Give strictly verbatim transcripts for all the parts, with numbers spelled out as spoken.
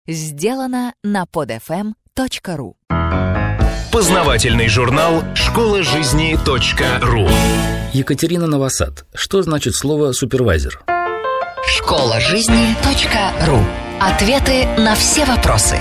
Сделано на под эф эм точка ру. Познавательный журнал школа жизни точка ру. Екатерина Новосад. Что значит слово «супервайзер»? школа жизни точка ру. Ответы на все вопросы.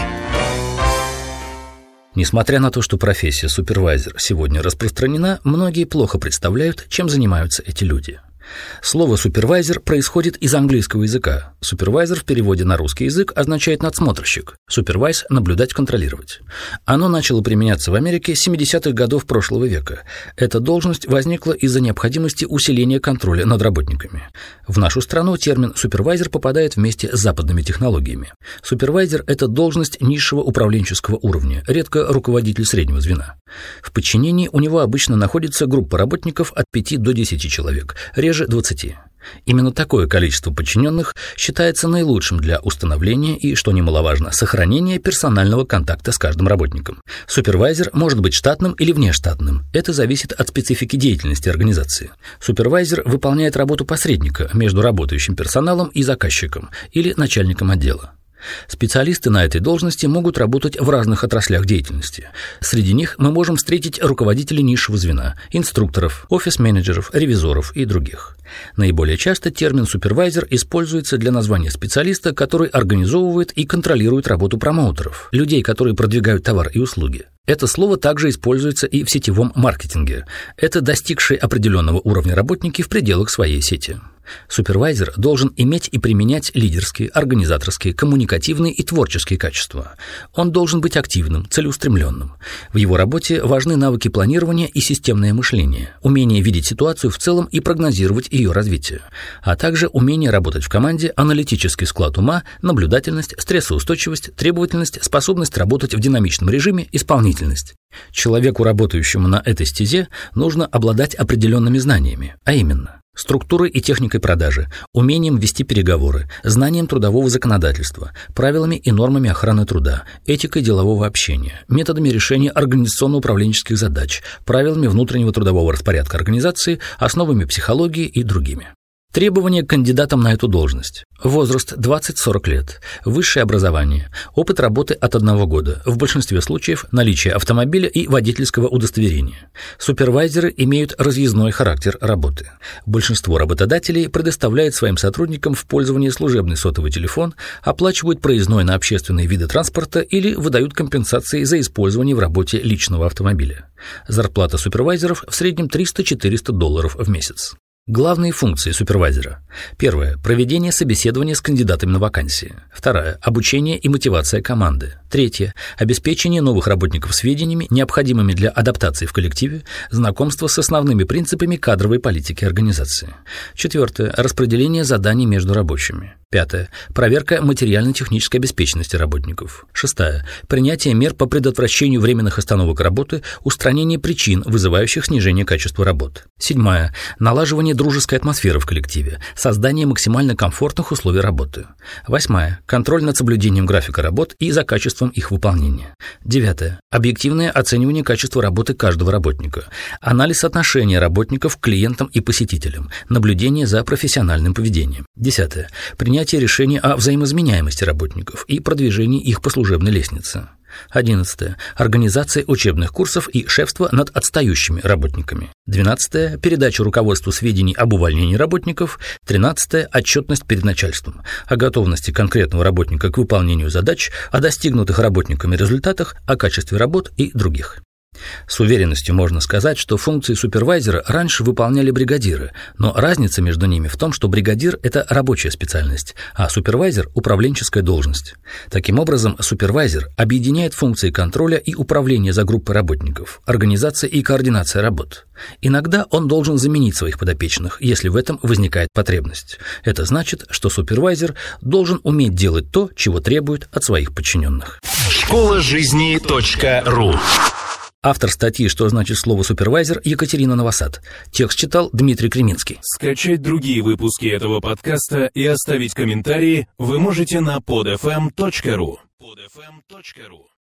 Несмотря на то, что профессия супервайзер сегодня распространена, многие плохо представляют, чем занимаются эти люди. Слово «супервайзер» происходит из английского языка. Супервайзер в переводе на русский язык означает «надсмотрщик». Супервайз – наблюдать, контролировать. Оно начало применяться в Америке с семидесятых годов прошлого века. Эта должность возникла из-за необходимости усиления контроля над работниками. В нашу страну термин «супервайзер» попадает вместе с западными технологиями. Супервайзер – это должность низшего управленческого уровня, редко руководитель среднего звена. В подчинении у него обычно находится группа работников от пяти до десяти человек, реже двадцати. Именно такое количество подчиненных считается наилучшим для установления и, что немаловажно, сохранения персонального контакта с каждым работником. Супервайзер может быть штатным или внештатным. Это зависит от специфики деятельности организации. Супервайзер выполняет работу посредника между работающим персоналом и заказчиком или начальником отдела. Специалисты на этой должности могут работать в разных отраслях деятельности. Среди них мы можем встретить руководителей низшего звена, инструкторов, офис-менеджеров, ревизоров и других. Наиболее часто термин «супервайзер» используется для названия специалиста, который организовывает и контролирует работу промоутеров, людей, которые продвигают товар и услуги. Это слово также используется и в сетевом маркетинге. Это достигшие определенного уровня работники в пределах своей сети. Супервайзер должен иметь и применять лидерские, организаторские, коммуникативные и творческие качества. Он должен быть активным, целеустремленным. В его работе важны навыки планирования и системное мышление, умение видеть ситуацию в целом и прогнозировать ее развитие, а также умение работать в команде, аналитический склад ума, наблюдательность, стрессоустойчивость, требовательность, способность работать в динамичном режиме, исполнительность. Человеку, работающему на этой стезе, нужно обладать определенными знаниями, а именно структурой и техникой продажи, умением вести переговоры, знанием трудового законодательства, правилами и нормами охраны труда, этикой делового общения, методами решения организационно-управленческих задач, правилами внутреннего трудового распорядка организации, основами психологии и другими. Требования к кандидатам на эту должность. Возраст двадцать-сорок лет, высшее образование, опыт работы от одного года, в большинстве случаев наличие автомобиля и водительского удостоверения. Супервайзеры имеют разъездной характер работы. Большинство работодателей предоставляет своим сотрудникам в пользование служебный сотовый телефон, оплачивают проездной на общественные виды транспорта или выдают компенсации за использование в работе личного автомобиля. Зарплата супервайзеров в среднем триста-четыреста долларов в месяц. Главные функции супервайзера. Первое. Проведение собеседования с кандидатами на вакансии. Второе. Обучение и мотивация команды. Третье. Обеспечение новых работников сведениями, необходимыми для адаптации в коллективе, знакомство с основными принципами кадровой политики организации. Четвертое. Распределение заданий между рабочими. Пятое. Проверка материально-технической обеспеченности работников. Шестое. Принятие мер по предотвращению временных остановок работы, устранение причин, вызывающих снижение качества работ. Седьмое. Налаживание дружеской атмосферы в коллективе, создание максимально комфортных условий работы. Восьмое. Контроль над соблюдением графика работ и за качеством их выполнения. Девятое. Объективное оценивание качества работы каждого работника. Анализ отношения работников к клиентам и посетителям. Наблюдение за профессиональным поведением. Десятое. Принятие решения о взаимозаменяемости работников и продвижении их по служебной лестнице. Одиннадцатое. Организация учебных курсов и шефство над отстающими работниками. Двенадцатое. Передача руководству сведений об увольнении работников. Тринадцатое. Отчетность перед начальством. О готовности конкретного работника к выполнению задач, о достигнутых работниками результатах, о качестве работ и других. С уверенностью можно сказать, что функции супервайзера раньше выполняли бригадиры, но разница между ними в том, что бригадир – это рабочая специальность, а супервайзер – управленческая должность. Таким образом, супервайзер объединяет функции контроля и управления за группой работников, организация и координация работ. Иногда он должен заменить своих подопечных, если в этом возникает потребность. Это значит, что супервайзер должен уметь делать то, чего требует от своих подчиненных. школа жизни точка ру. Автор статьи «Что значит слово супервайзер» Екатерина Новосад. Текст читал Дмитрий Креминский. Скачать другие выпуски этого подкаста и оставить комментарии вы можете на под эф эм точка ру. под эф эм точка ру